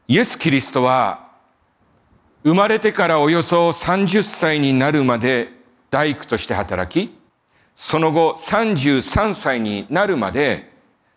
イエス・キリストは生まれてからおよそ30歳になるまで大工として働き、その後33歳になるまで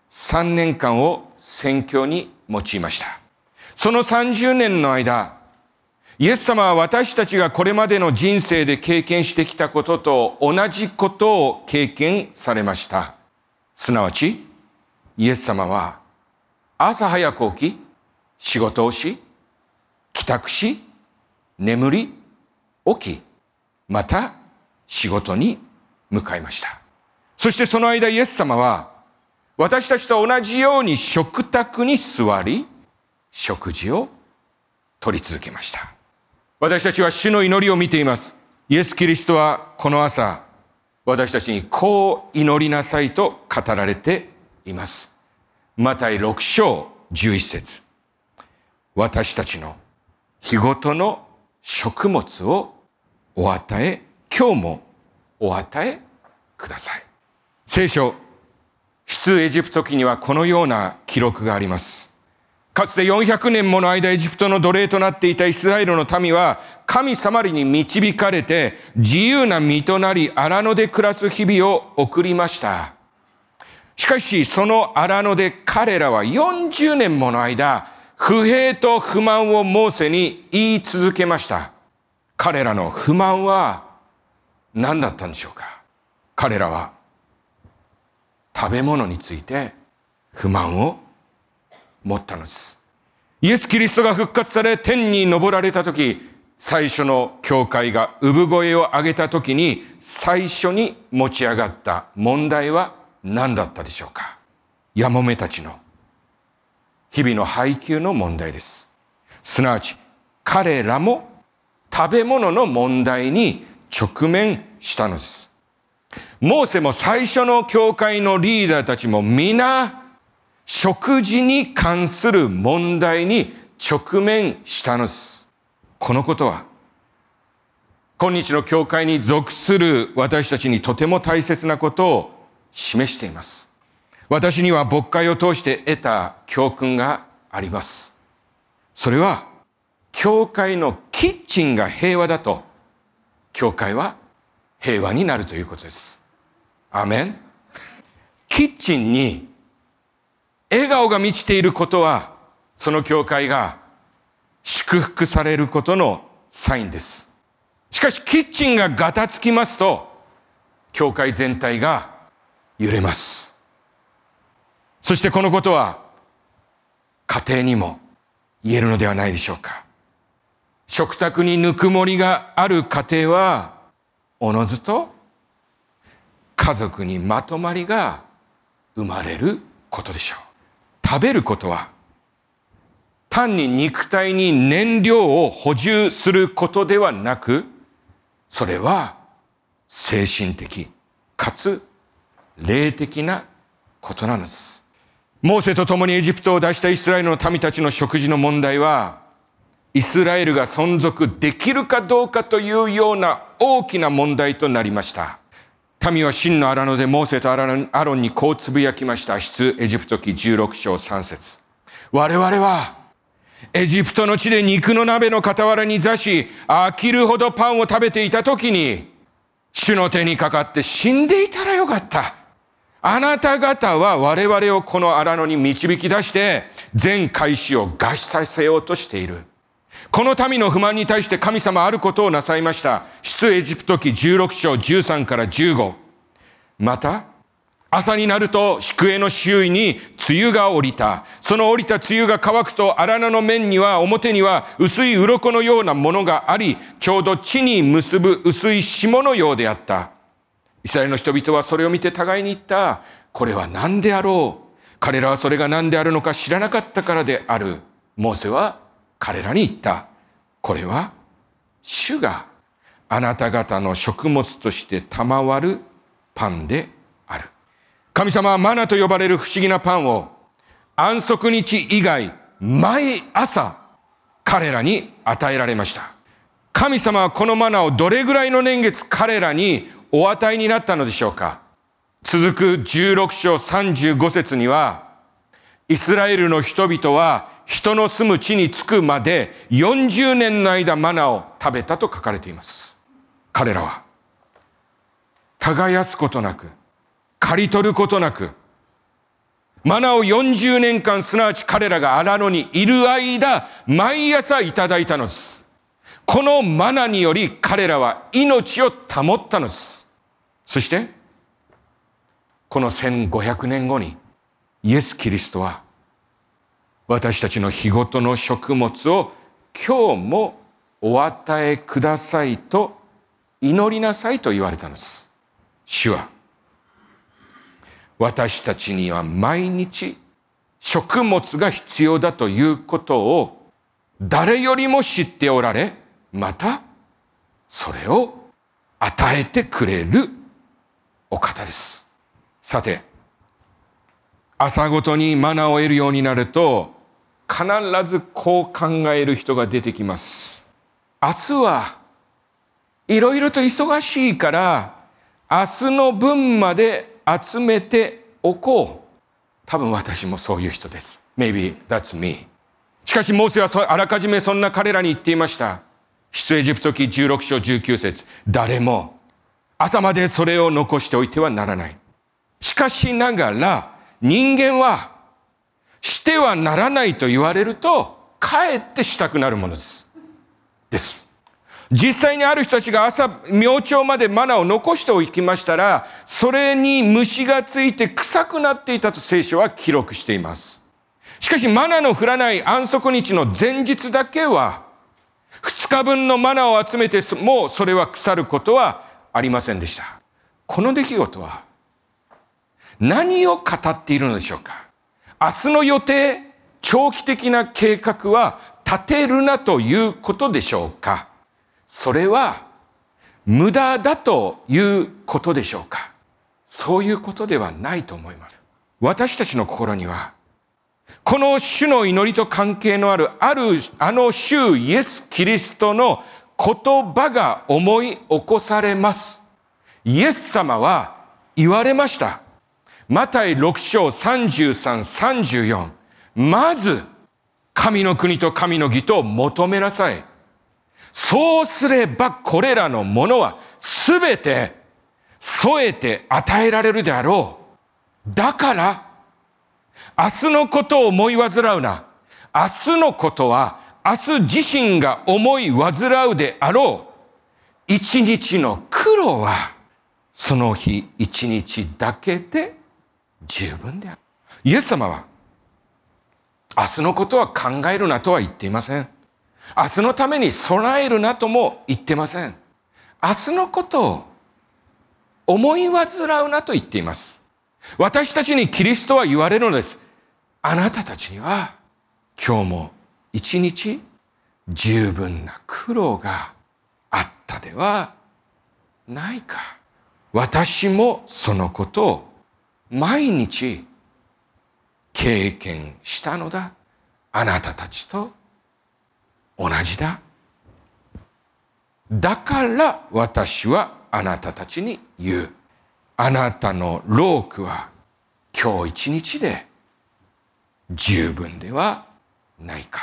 3年間を宣教に用いました。その30年の間、イエス様は私たちがこれまでの人生で経験してきたことと同じことを経験されました。すなわち、イエス様は朝早く起き、仕事をし、帰宅し、眠り、起き、また仕事に向かいました。そしてその間イエス様は私たちと同じように食卓に座り、食事を取り続けました。私たちは主の祈りを見ています。イエス・キリストはこの朝、私たちにこう祈りなさいと語られています。マタイ6章11節。私たちの日ごとの食物をお与え、今日もお与えください。聖書、出エジプト記にはこのような記録があります。かつて400年もの間エジプトの奴隷となっていたイスラエルの民は神様に導かれて自由な身となり荒野で暮らす日々を送りました。しかしその荒野で彼らは40年もの間不平と不満をモーセに言い続けました。彼らの不満は何だったんでしょうか。彼らは食べ物について不満を持ったのです。イエス・キリストが復活され天に昇られた時、最初の教会が産声を上げた時に最初に持ち上がった問題は何だったでしょうか。やもめたちの日々の配給の問題です。すなわち彼らも食べ物の問題に直面したのです。モーセも最初の教会のリーダーたちも皆食事に関する問題に直面したのです。このことは今日の教会に属する私たちにとても大切なことを示しています。私には牧会を通して得た教訓があります。それは教会のキッチンが平和だと教会は平和になるということです。アーメン。キッチンに笑顔が満ちていることはその教会が祝福されることのサインです。しかしキッチンがガタつきますと教会全体が揺れます。そしてこのことは家庭にも言えるのではないでしょうか。食卓にぬくもりがある家庭はおのずと家族にまとまりが生まれることでしょう。食べることは単に肉体に燃料を補充することではなく、それは精神的かつ霊的なことなんです。モーセと共にエジプトを出したイスラエルの民たちの食事の問題は、イスラエルが存続できるかどうかというような大きな問題となりました。民は真の荒野でモーセとアロンにこうつぶやきました。出エジプト記16章3節。我々はエジプトの地で肉の鍋の傍らに座し、飽きるほどパンを食べていた時に、主の手にかかって死んでいたらよかった。あなた方は我々をこの荒野に導き出して、全会衆を餓死させようとしている。この民の不満に対して神様あることをなさいました。出エジプト記16章13から15。また、朝になると宿営の周囲に露が降りた。その降りた露が乾くと荒野の面には表には薄い鱗のようなものがあり、ちょうど地に結ぶ薄い霜のようであった。イスラエルの人々はそれを見て互いに言った。これは何であろう。彼らはそれが何であるのか知らなかったからである。モーセは彼らに言った。これは主があなた方の食物として賜るパンである。神様はマナと呼ばれる不思議なパンを安息日以外毎朝彼らに与えられました。神様はこのマナをどれぐらいの年月彼らにお与えになったのでしょうか。続く16章35節には、イスラエルの人々は人の住む地に着くまで40年の間マナを食べたと書かれています。彼らは耕すことなく、刈り取ることなく、マナを40年間、すなわち彼らが荒野にいる間、毎朝いただいたのです。このマナにより彼らは命を保ったのです。そして、この1500年後に、イエス・キリストは、私たちの日ごとの食物を今日もお与えくださいと祈りなさいと言われたのです。主は、私たちには毎日食物が必要だということを誰よりも知っておられ、またそれを与えてくれるお方です。さて、朝ごとにマナを得るようになると、必ずこう考える人が出てきます。明日はいろいろと忙しいから、明日の分まで集めておこう。多分私もそういう人です。Maybe that's me. しかしモーセはあらかじめそんな彼らに言っていました。出エジプト記16章19節。誰も朝までそれを残しておいてはならない。しかしながら人間はしてはならないと言われるとかえってしたくなるものです。実際にある人たちが朝明朝までマナを残しておきましたら、それに虫がついて臭くなっていたと聖書は記録しています。しかしマナの降らない安息日の前日だけは2日分のマナを集めてもそれは腐ることはありませんでした。この出来事は何を語っているのでしょうか。明日の予定、長期的な計画は立てるなということでしょうか。それは無駄だということでしょうか。そういうことではないと思います。私たちの心にはこの主の祈りと関係のあるあの主イエス・キリストの言葉が思い起こされます。イエス様は言われました。マタイ6章33、34。まず神の国と神の義とを求めなさい。そうすればこれらのものはすべて添えて与えられるであろう。だから明日のことを思い煩うな。明日のことは明日自身が思い煩うであろう。一日の苦労はその日一日だけで十分である。イエス様は明日のことは考えるなとは言っていません。明日のために備えるなとも言ってません。明日のことを思い煩うなと言っています。私たちにキリストは言われるのです。あなたたちには今日も一日十分な苦労があったではないか。私もそのことを毎日経験したのだ。あなたたちと同じだ。だから私はあなたたちに言う。あなたの労苦は今日一日で十分ではないか。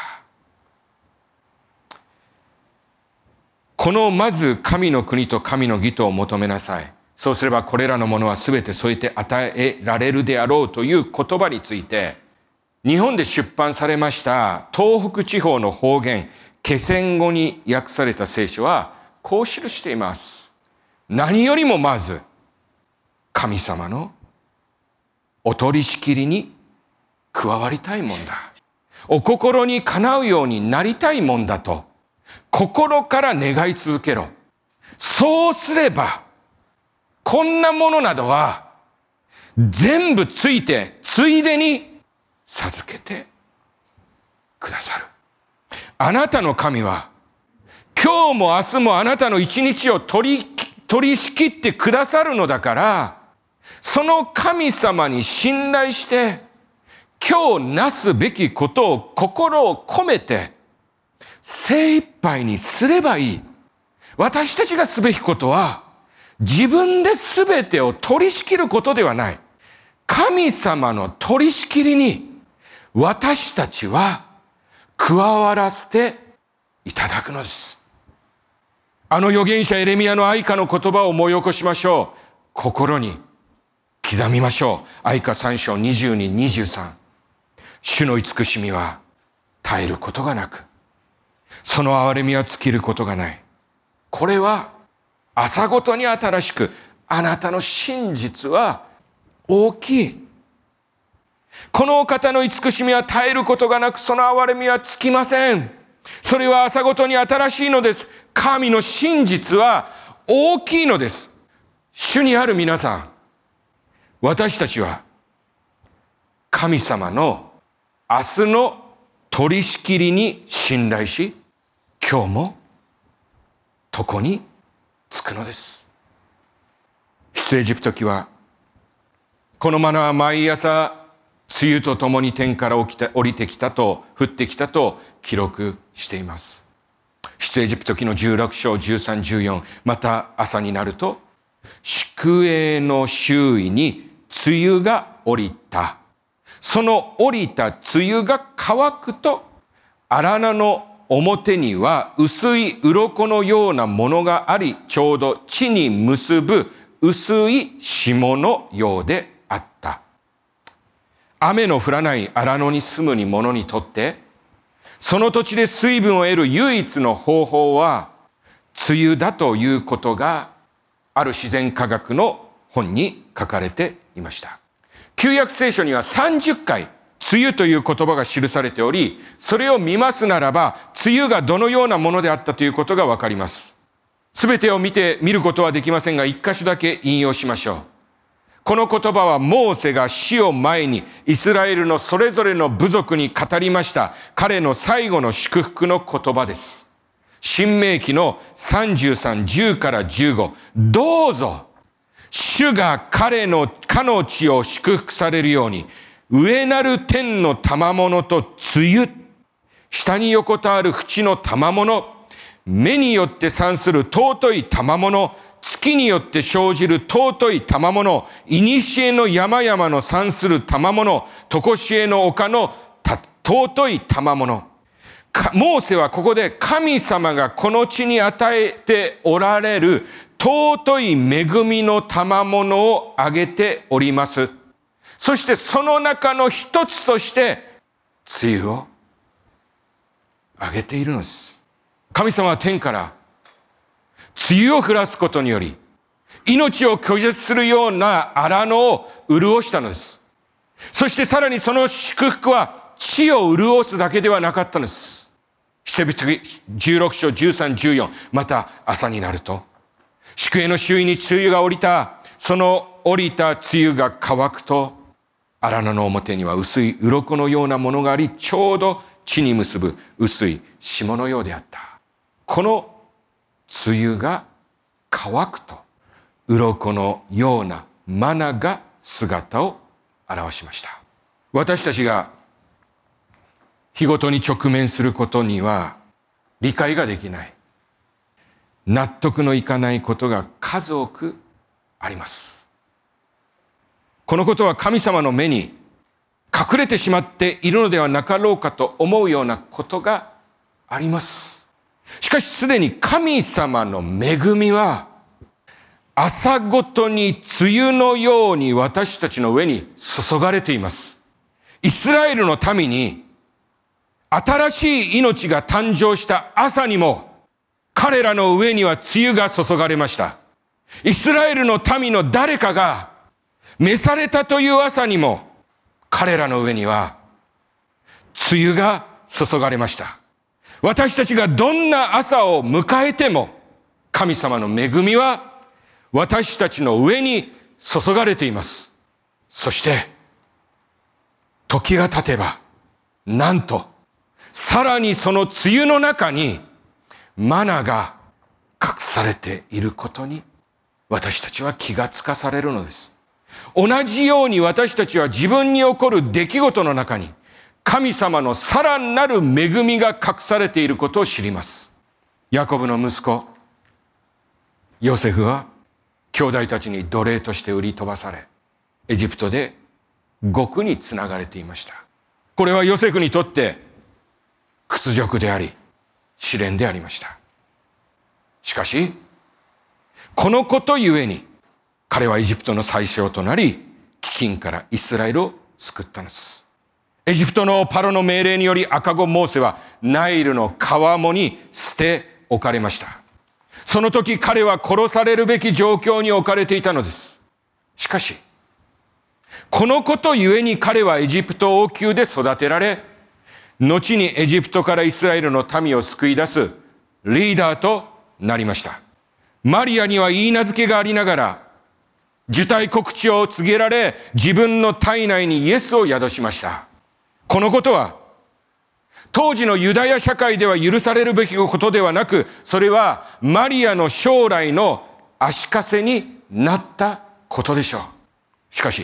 このまず神の国と神の義とを求めなさい。そうすればこれらのものはすべて添えて与えられるであろうという言葉について、日本で出版されました東北地方の方言気仙語に訳された聖書はこう記しています。何よりもまず神様のお取り仕切りに加わりたいもんだ。お心にかなうようになりたいもんだと心から願い続けろ。そうすればこんなものなどは全部ついでに授けてくださる。あなたの神は今日も明日もあなたの一日を取り仕切ってくださるのだから、その神様に信頼して今日なすべきことを心を込めて精一杯にすればいい。私たちがすべきことは自分で全てを取り仕切ることではない。神様の取り仕切りに私たちは加わらせていただくのです。あの預言者エレミヤの愛歌の言葉を思い起こしましょう。心に刻みましょう。愛歌3章22、23。主の慈しみは絶えることがなく、その憐れみは尽きることがない。これは朝ごとに新しく、あなたの真実は大きい。このお方の慈しみは絶えることがなく、その憐れみは尽きません。それは朝ごとに新しいのです。神の真実は大きいのです。主にある皆さん、私たちは神様の明日の取り仕切りに信頼し、今日も床につくのです。出エジプト記は、このマナは毎朝梅雨とともに天から降りてきたと、降ってきたと記録しています。出エジプト記の16章13、14、また朝になると、宿営の周囲に梅雨が降りた。その降りた梅雨が乾くと、荒野の表には薄い鱗のようなものがあり、ちょうど地に結ぶ薄い霜のようであった。雨の降らない荒野に住む者にとって、その土地で水分を得る唯一の方法は梅雨だということが、ある自然科学の本に書かれていました。旧約聖書には30回梅雨という言葉が記されており、それを見ますならば梅雨がどのようなものであったということがわかります。すべてを見ることはできませんが、一箇所だけ引用しましょう。この言葉はモーセが死を前にイスラエルのそれぞれの部族に語りました彼の最後の祝福の言葉です。申命記の33、10から15。どうぞ主がかの地を祝福されるように、上なる天の賜物と梅雨、下に横たわる淵の賜物、目によって産する尊い賜物、月によって生じる尊い賜物、古の山々の産する賜物、常しえの丘の尊い賜物。モーセはここで神様がこの地に与えておられる尊い恵みの賜物を挙げております。そしてその中の一つとして梅雨を挙げているのです。神様は天から梅雨を降らすことにより、命を拒絶するような荒野を潤したのです。そしてさらにその祝福は地を潤すだけではなかったのです。出エジプト記16章13、14、また朝になると、宿営の周囲に梅雨が降りた。その降りた梅雨が乾くと、荒野の表には薄い鱗のようなものがあり、ちょうど地に結ぶ薄い霜のようであった。この梅雨が乾くと、鱗のようなマナが姿を現しました。私たちが日ごとに直面することには理解ができない、納得のいかないことが数多くあります。このことは神様の目に隠れてしまっているのではなかろうかと思うようなことがあります。しかしすでに神様の恵みは朝ごとに梅雨のように私たちの上に注がれています。イスラエルの民に新しい命が誕生した朝にも彼らの上には梅雨が注がれました。イスラエルの民の誰かが召されたという朝にも彼らの上には梅雨が注がれました。私たちがどんな朝を迎えても神様の恵みは私たちの上に注がれています。そして時が経てばなんとさらにその梅雨の中にマナが隠されていることに私たちは気がつかされるのです。同じように私たちは自分に起こる出来事の中に神様のさらなる恵みが隠されていることを知ります。ヤコブの息子ヨセフは兄弟たちに奴隷として売り飛ばされ、エジプトで獄につながれていました。これはヨセフにとって屈辱であり、試練でありました。しかし、このことゆえに、彼はエジプトの宰相となり、飢饉からイスラエルを救ったのです。エジプトのパロの命令により赤子モーセはナイルの川面に捨て置かれました。その時彼は殺されるべき状況に置かれていたのです。しかし、このことゆえに彼はエジプト王宮で育てられ、後にエジプトからイスラエルの民を救い出すリーダーとなりました。マリアには言い名付けがありながら、受胎告知を告げられ、自分の体内にイエスを宿しました。このことは、当時のユダヤ社会では許されるべきことではなく、それはマリアの将来の足かせになったことでしょう。しかし、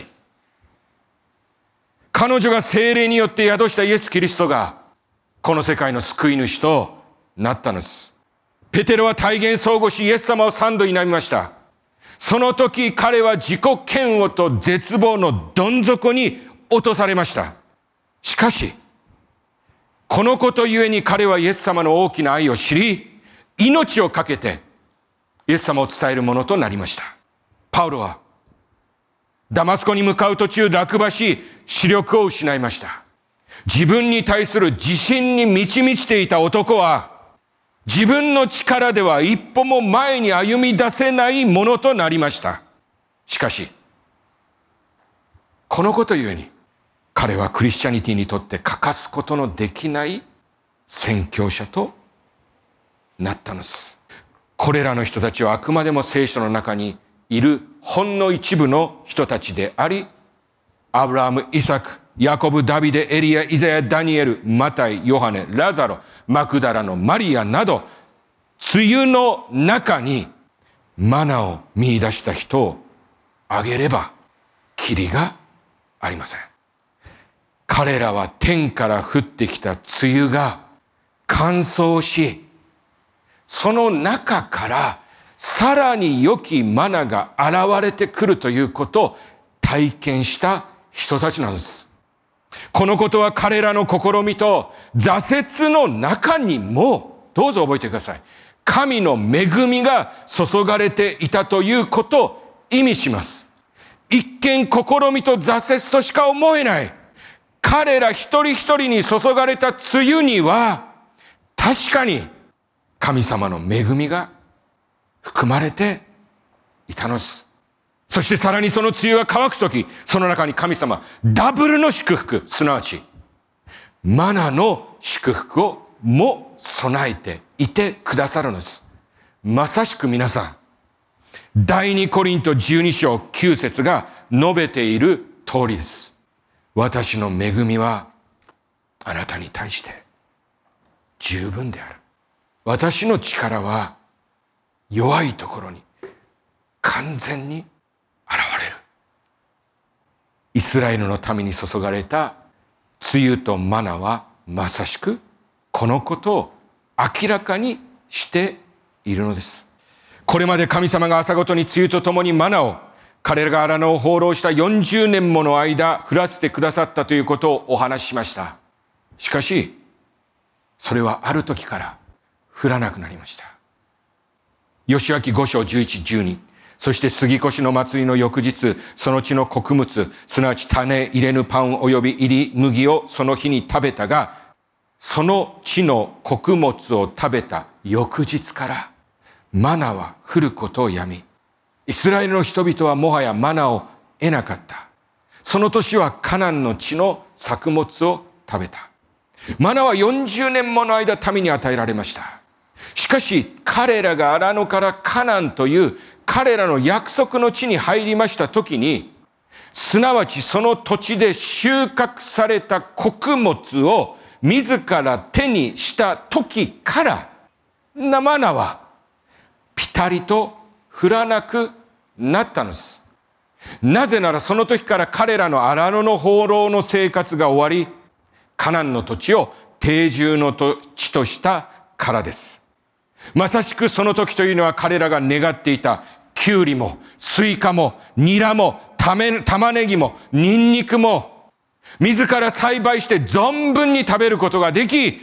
彼女が聖霊によって宿したイエス・キリストが、この世界の救い主となったのです。ペテロは体現相互し、イエス様を3度否めました。その時彼は自己嫌悪と絶望のどん底に落とされました。しかし、このことゆえに彼はイエス様の大きな愛を知り、命を懸けてイエス様を伝えるものとなりました。パウロはダマスコに向かう途中落馬し、視力を失いました。自分に対する自信に満ち満ちていた男は、自分の力では一歩も前に歩み出せないものとなりました。しかし、このことゆえに、彼はクリスチャニティにとって欠かすことのできない宣教者となったのです。これらの人たちはあくまでも聖書の中にいるほんの一部の人たちであり、アブラハム、イサク、ヤコブ、ダビデ、エリア、イザヤ、ダニエル、マタイ、ヨハネ、ラザロ、マクダラのマリアなど、梅雨の中にマナを見出した人を挙げれば、きりがありません。彼らは天から降ってきた梅雨が乾燥し、その中からさらに良きマナが現れてくるということを体験した人たちなんです。このことは彼らの試みと挫折の中にも、どうぞ覚えてください。神の恵みが注がれていたということを意味します。一見試みと挫折としか思えない。彼ら一人一人に注がれた梅雨には、確かに神様の恵みが含まれていたのです。そしてさらにその梅雨が乾くとき、その中に神様、ダブルの祝福、すなわち、マナの祝福をも備えていてくださるのです。まさしく皆さん、第2コリント12章9節が述べている通りです。私の恵みはあなたに対して十分である。私の力は弱いところに完全に現れる。イスラエルのために注がれた梅雨とマナはまさしくこのことを明らかにしているのです。これまで神様が朝ごとに梅雨とともにマナを彼らが荒野を放浪した40年もの間降らせてくださったということをお話ししました。しかしそれはある時から降らなくなりました。吉明5章11、12、そして杉越の祭りの翌日、その地の穀物、すなわち種入れぬパン及び入り麦をその日に食べたが、その地の穀物を食べた翌日からマナは降ることをやみ、イスラエルの人々はもはやマナを得なかった。その年はカナンの地の作物を食べた。マナは40年もの間民に与えられました。しかし彼らが荒野からカナンという彼らの約束の地に入りました時に、すなわちその土地で収穫された穀物を自ら手にした時からマナはピタリと降らなくなったのです。なぜならその時から彼らの荒野の放浪の生活が終わり、カナンの土地を定住の土地としたからです。まさしくその時というのは彼らが願っていたキュウリもスイカもニラも玉ねぎもニンニクも自ら栽培して存分に食べることができ、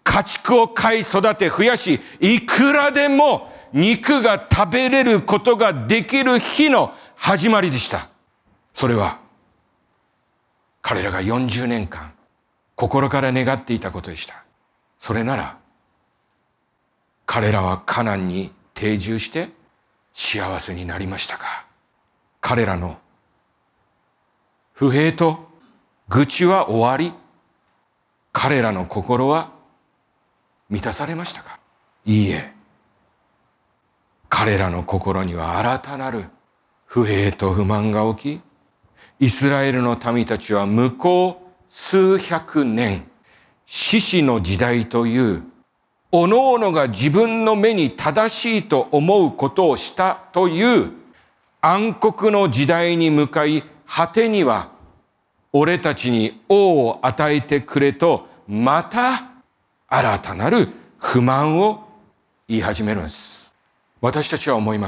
家畜を飼い育て増やし、いくらでも肉が食べれることができる日の始まりでした。それは彼らが40年間心から願っていたことでした。それなら彼らはカナンに定住して幸せになりましたか？彼らの不平と愚痴は終わり、彼らの心は満たされましたか？いいえ。彼らの心には新たなる不平と不満が起き、イスラエルの民たちは向こう数百年、獅子の時代という、おのおのが自分の目に正しいと思うことをしたという暗黒の時代に向かい、果てには俺たちに王を与えてくれと、また新たなる不満を言い始めるんです。私たちは思います。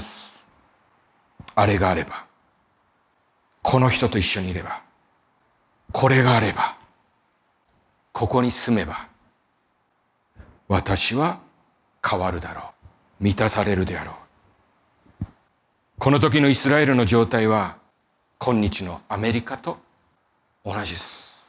あれがあれば、この人と一緒にいれば、これがあれば、ここに住めば、私は変わるだろう。満たされるであろう。この時のイスラエルの状態は、今日のアメリカと同じです。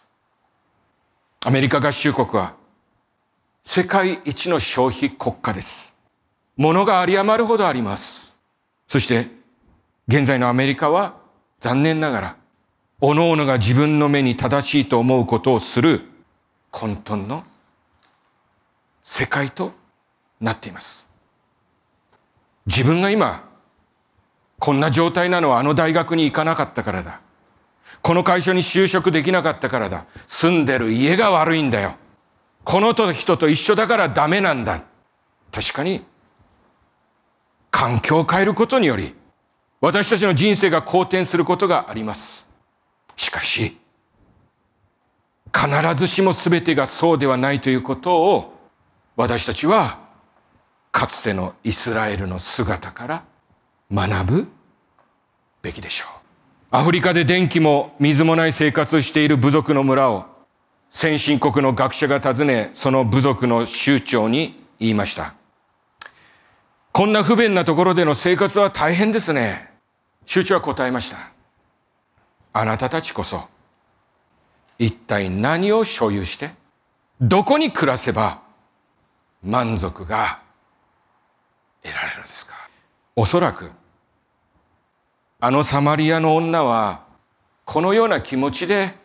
アメリカ合衆国は、世界一の消費国家です。物が有り余るほどあります。そして、現在のアメリカは、残念ながら、おのおのが自分の目に正しいと思うことをする混沌の世界となっています。自分が今、こんな状態なのはあの大学に行かなかったからだ。この会社に就職できなかったからだ。住んでる家が悪いんだよ。この人と一緒だからダメなんだ。確かに、環境を変えることにより、私たちの人生が好転することがあります。しかし、必ずしも全てがそうではないということを、私たちは、かつてのイスラエルの姿から学ぶべきでしょう。アフリカで電気も水もない生活をしている部族の村を、先進国の学者が訪ね、その部族の首長に言いました。こんな不便なところでの生活は大変ですね。首長は答えました。あなたたちこそ、一体何を所有して、どこに暮らせば満足が得られるのですか？おそらく、あのサマリアの女は、このような気持ちで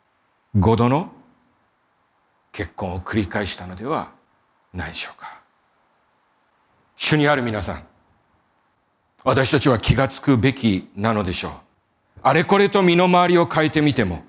5度の結婚を繰り返したのではないでしょうか。主にある皆さん、私たちは気がつくべきなのでしょう。あれこれと身の回りを変えてみても、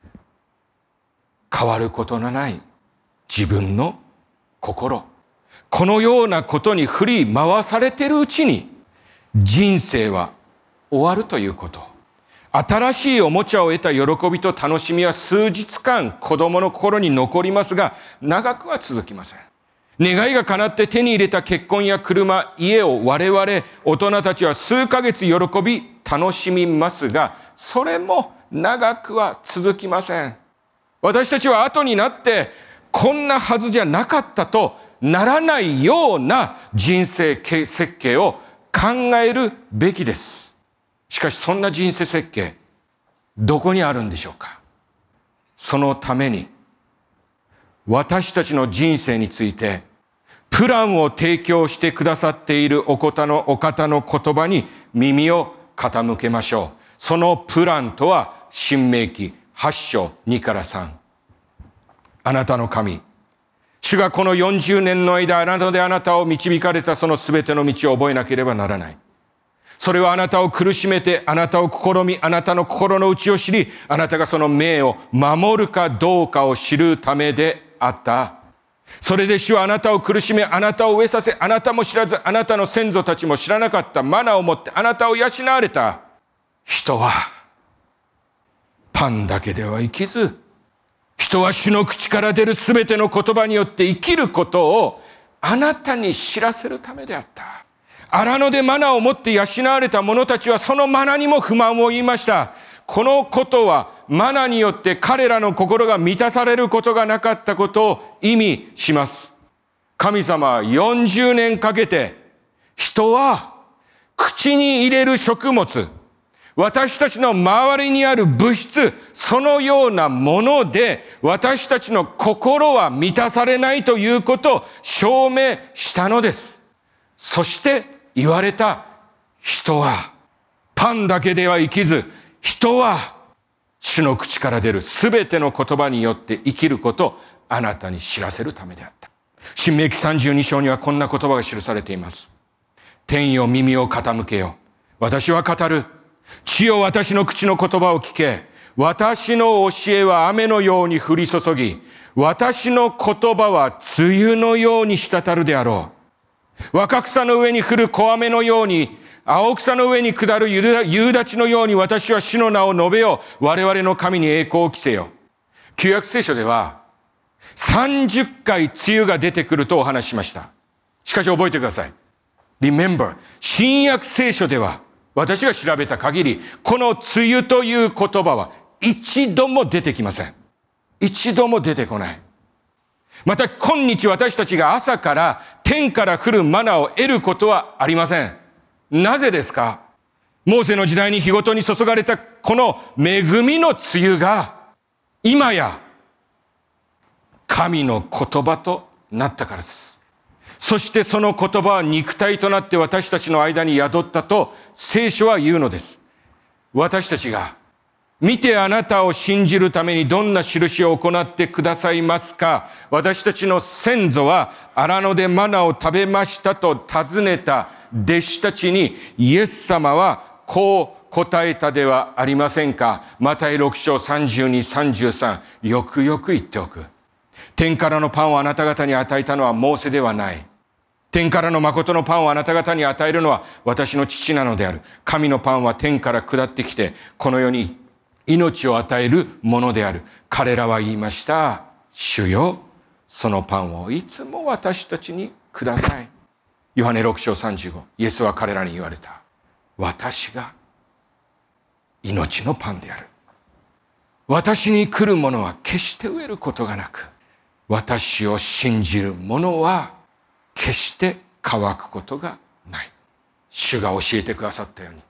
変わることのない自分の心、このようなことに振り回されているうちに、人生は終わるということ。新しいおもちゃを得た喜びと楽しみは数日間子供の心に残りますが、長くは続きません。願いが叶って手に入れた結婚や車、家を我々大人たちは数ヶ月喜び楽しみますが、それも長くは続きません。私たちは後になってこんなはずじゃなかったとならないような人生設計を考えるべきです。しかしそんな人生設計、どこにあるんでしょうか？そのために私たちの人生についてプランを提供してくださっているお方の言葉に耳を傾けましょう。そのプランとは申命記8章2から3。あなたの神、主がこの40年の間、あなたを導かれたそのすべての道を覚えなければならない。それはあなたを苦しめて、あなたを試み、あなたの心の内を知り、あなたがその命を守るかどうかを知るためであった。それで主はあなたを苦しめ、あなたを飢えさせ、あなたも知らず、あなたの先祖たちも知らなかったマナを持ってあなたを養われた。人はパンだけでは生きず、人は主の口から出るすべての言葉によって生きることをあなたに知らせるためであった。荒野でマナを持って養われた者たちはそのマナにも不満を言いました。このことはマナによって彼らの心が満たされることがなかったことを意味します。 神様は40年かけて、人は口に入れる食物、私たちの周りにある物質、そのようなもので私たちの心は満たされないということを証明したのです。そして言われた、人はパンだけでは生きず、人は主の口から出るすべての言葉によって生きることをあなたに知らせるためであった。申命記32章にはこんな言葉が記されています。天よ耳を傾けよ。私は語る。地よ私の口の言葉を聞け。私の教えは雨のように降り注ぎ、私の言葉は梅雨のように滴るであろう。若草の上に降る小雨のように、青草の上に下る夕立のように私は主の名を述べよう。我々の神に栄光を着せよ。旧約聖書では30回梅雨が出てくるとお話ししました。しかし覚えてください。Remember、新約聖書では私が調べた限り、この梅雨という言葉は一度も出てきません。一度も出てこない。また今日私たちが朝から天から降るマナを得ることはありません。なぜですか？モーセの時代に日ごとに注がれたこの恵みの梅雨が今や神の言葉となったからです。そしてその言葉は肉体となって私たちの間に宿ったと聖書は言うのです。私たちが見てあなたを信じるためにどんな印を行ってくださいますか？私たちの先祖は荒野でマナを食べましたと尋ねた弟子たちにイエス様はこう答えたではありませんか？マタイ6章32、33、よくよく言っておく。天からのパンをあなた方に与えたのはモーセではない。天からの誠のパンをあなた方に与えるのは私の父なのである。神のパンは天から下ってきて、この世に命を与えるものである。彼らは言いました。主よ、そのパンをいつも私たちにください。ヨハネ6章35、イエスは彼らに言われた。私が命のパンである。私に来る者は決して飢えることがなく、私を信じる者は決して乾くことがない。主が教えてくださったように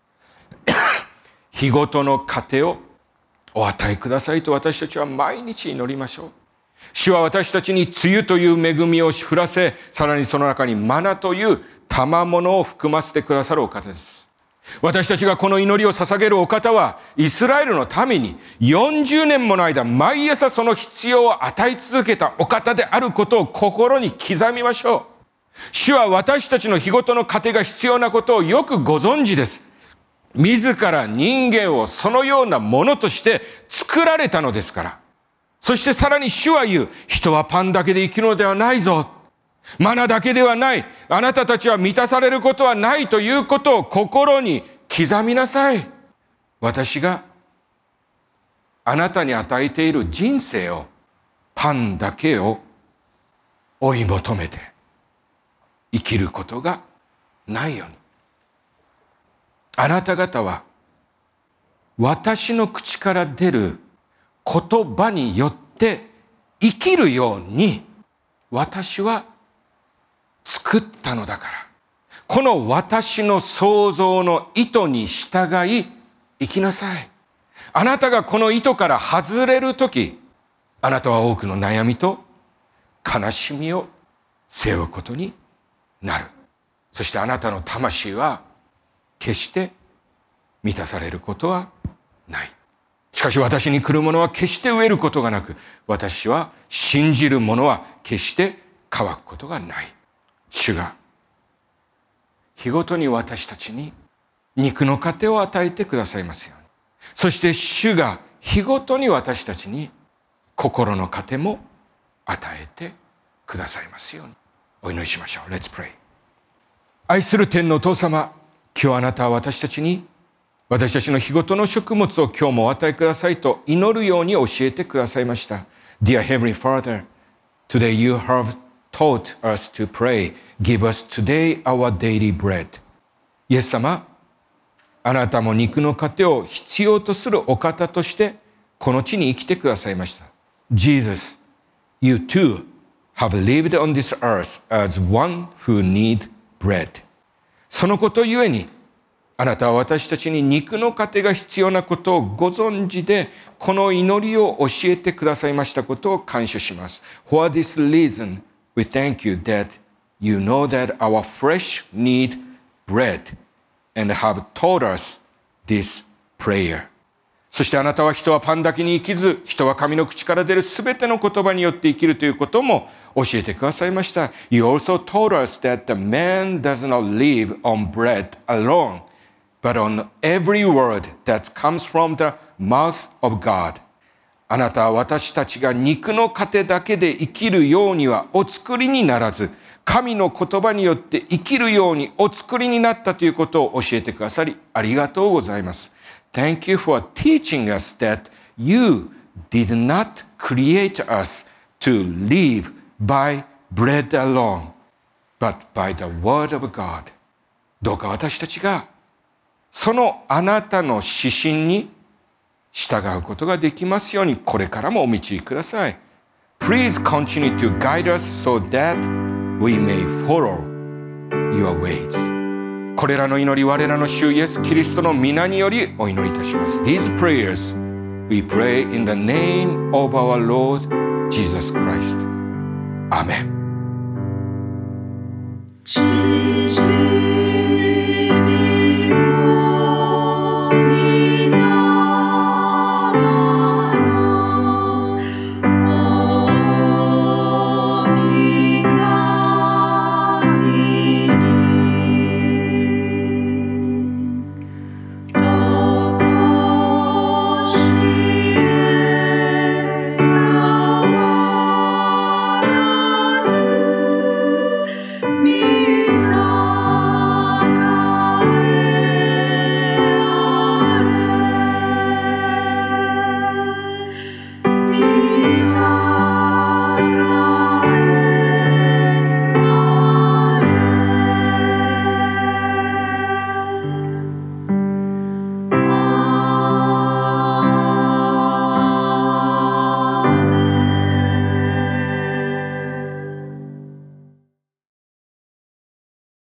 日ごとの糧をお与えくださいと私たちは毎日祈りましょう。主は私たちに梅雨という恵みを降らせ、さらにその中にマナという賜物を含ませてくださるお方です。私たちがこの祈りを捧げるお方は、イスラエルの民に40年もの間毎朝その必要を与え続けたお方であることを心に刻みましょう。主は私たちの日ごとの糧が必要なことをよくご存知です。自ら人間をそのようなものとして作られたのですから。そしてさらに主は言う。人はパンだけで生きるのではないぞ。マナだけではない。あなたたちは満たされることはないということを心に刻みなさい。私があなたに与えている人生を、パンだけを追い求めて生きることがないように。あなた方は私の口から出る言葉によって生きるように私は作ったのだから、この私の創造の意図に従い生きなさい。あなたがこの意図から外れるとき、あなたは多くの悩みと悲しみを背負うことになる。そしてあなたの魂は決して満たされることはない。しかし私に来る者は決して飢えることがなく、私は信じる者は決して乾くことがない。主が日ごとに私たちに肉の糧を与えてくださいますように。そして主が日ごとに私たちに心の糧も与えてくださいますように。お祈りしましょう。Let's pray。 愛する天のお父様、今日あなたは私たちに私たちの日ごとの食物を今日もお与えくださいと祈るように教えてくださいました。 Dear Heavenly Father, today you have taught us to pray. Give us today our daily bread. イエス様、あなたも肉の糧を必要とするお方としてこの地に生きてくださいました。 Jesus, you too have lived on this earth as one who need bread. そのことゆえに、あなたは私たちに肉の糧が必要なことをご存知で、この祈りを教えてくださいましたことを感謝します。For this reason, we thank you that you know that our flesh need bread and have taught us this prayer. そしてあなたは人はパンだけに生きず、人は神の口から出るすべての言葉によって生きるということも教えてくださいました。You also taught us that the man does not live on bread alone, but on every word that comes from the mouth of God. あなたは私たちが肉の糧だけで生きるようにはお作りにならず、神の言葉によって生きるようにお作りになったということを教えてくださり、ありがとうございます。Thank you for teaching us that you did not create us to live by bread alone, but by the word of God. どうか私たちがそのあなたの指針に従うことができますように、これからもお導きください。Please continue to guide us so that we may follow your ways. これらの祈り、我らの主イエス・キリストの皆によりお祈りいたします。These prayers we pray in the name of our Lord Jesus Christ. Amen.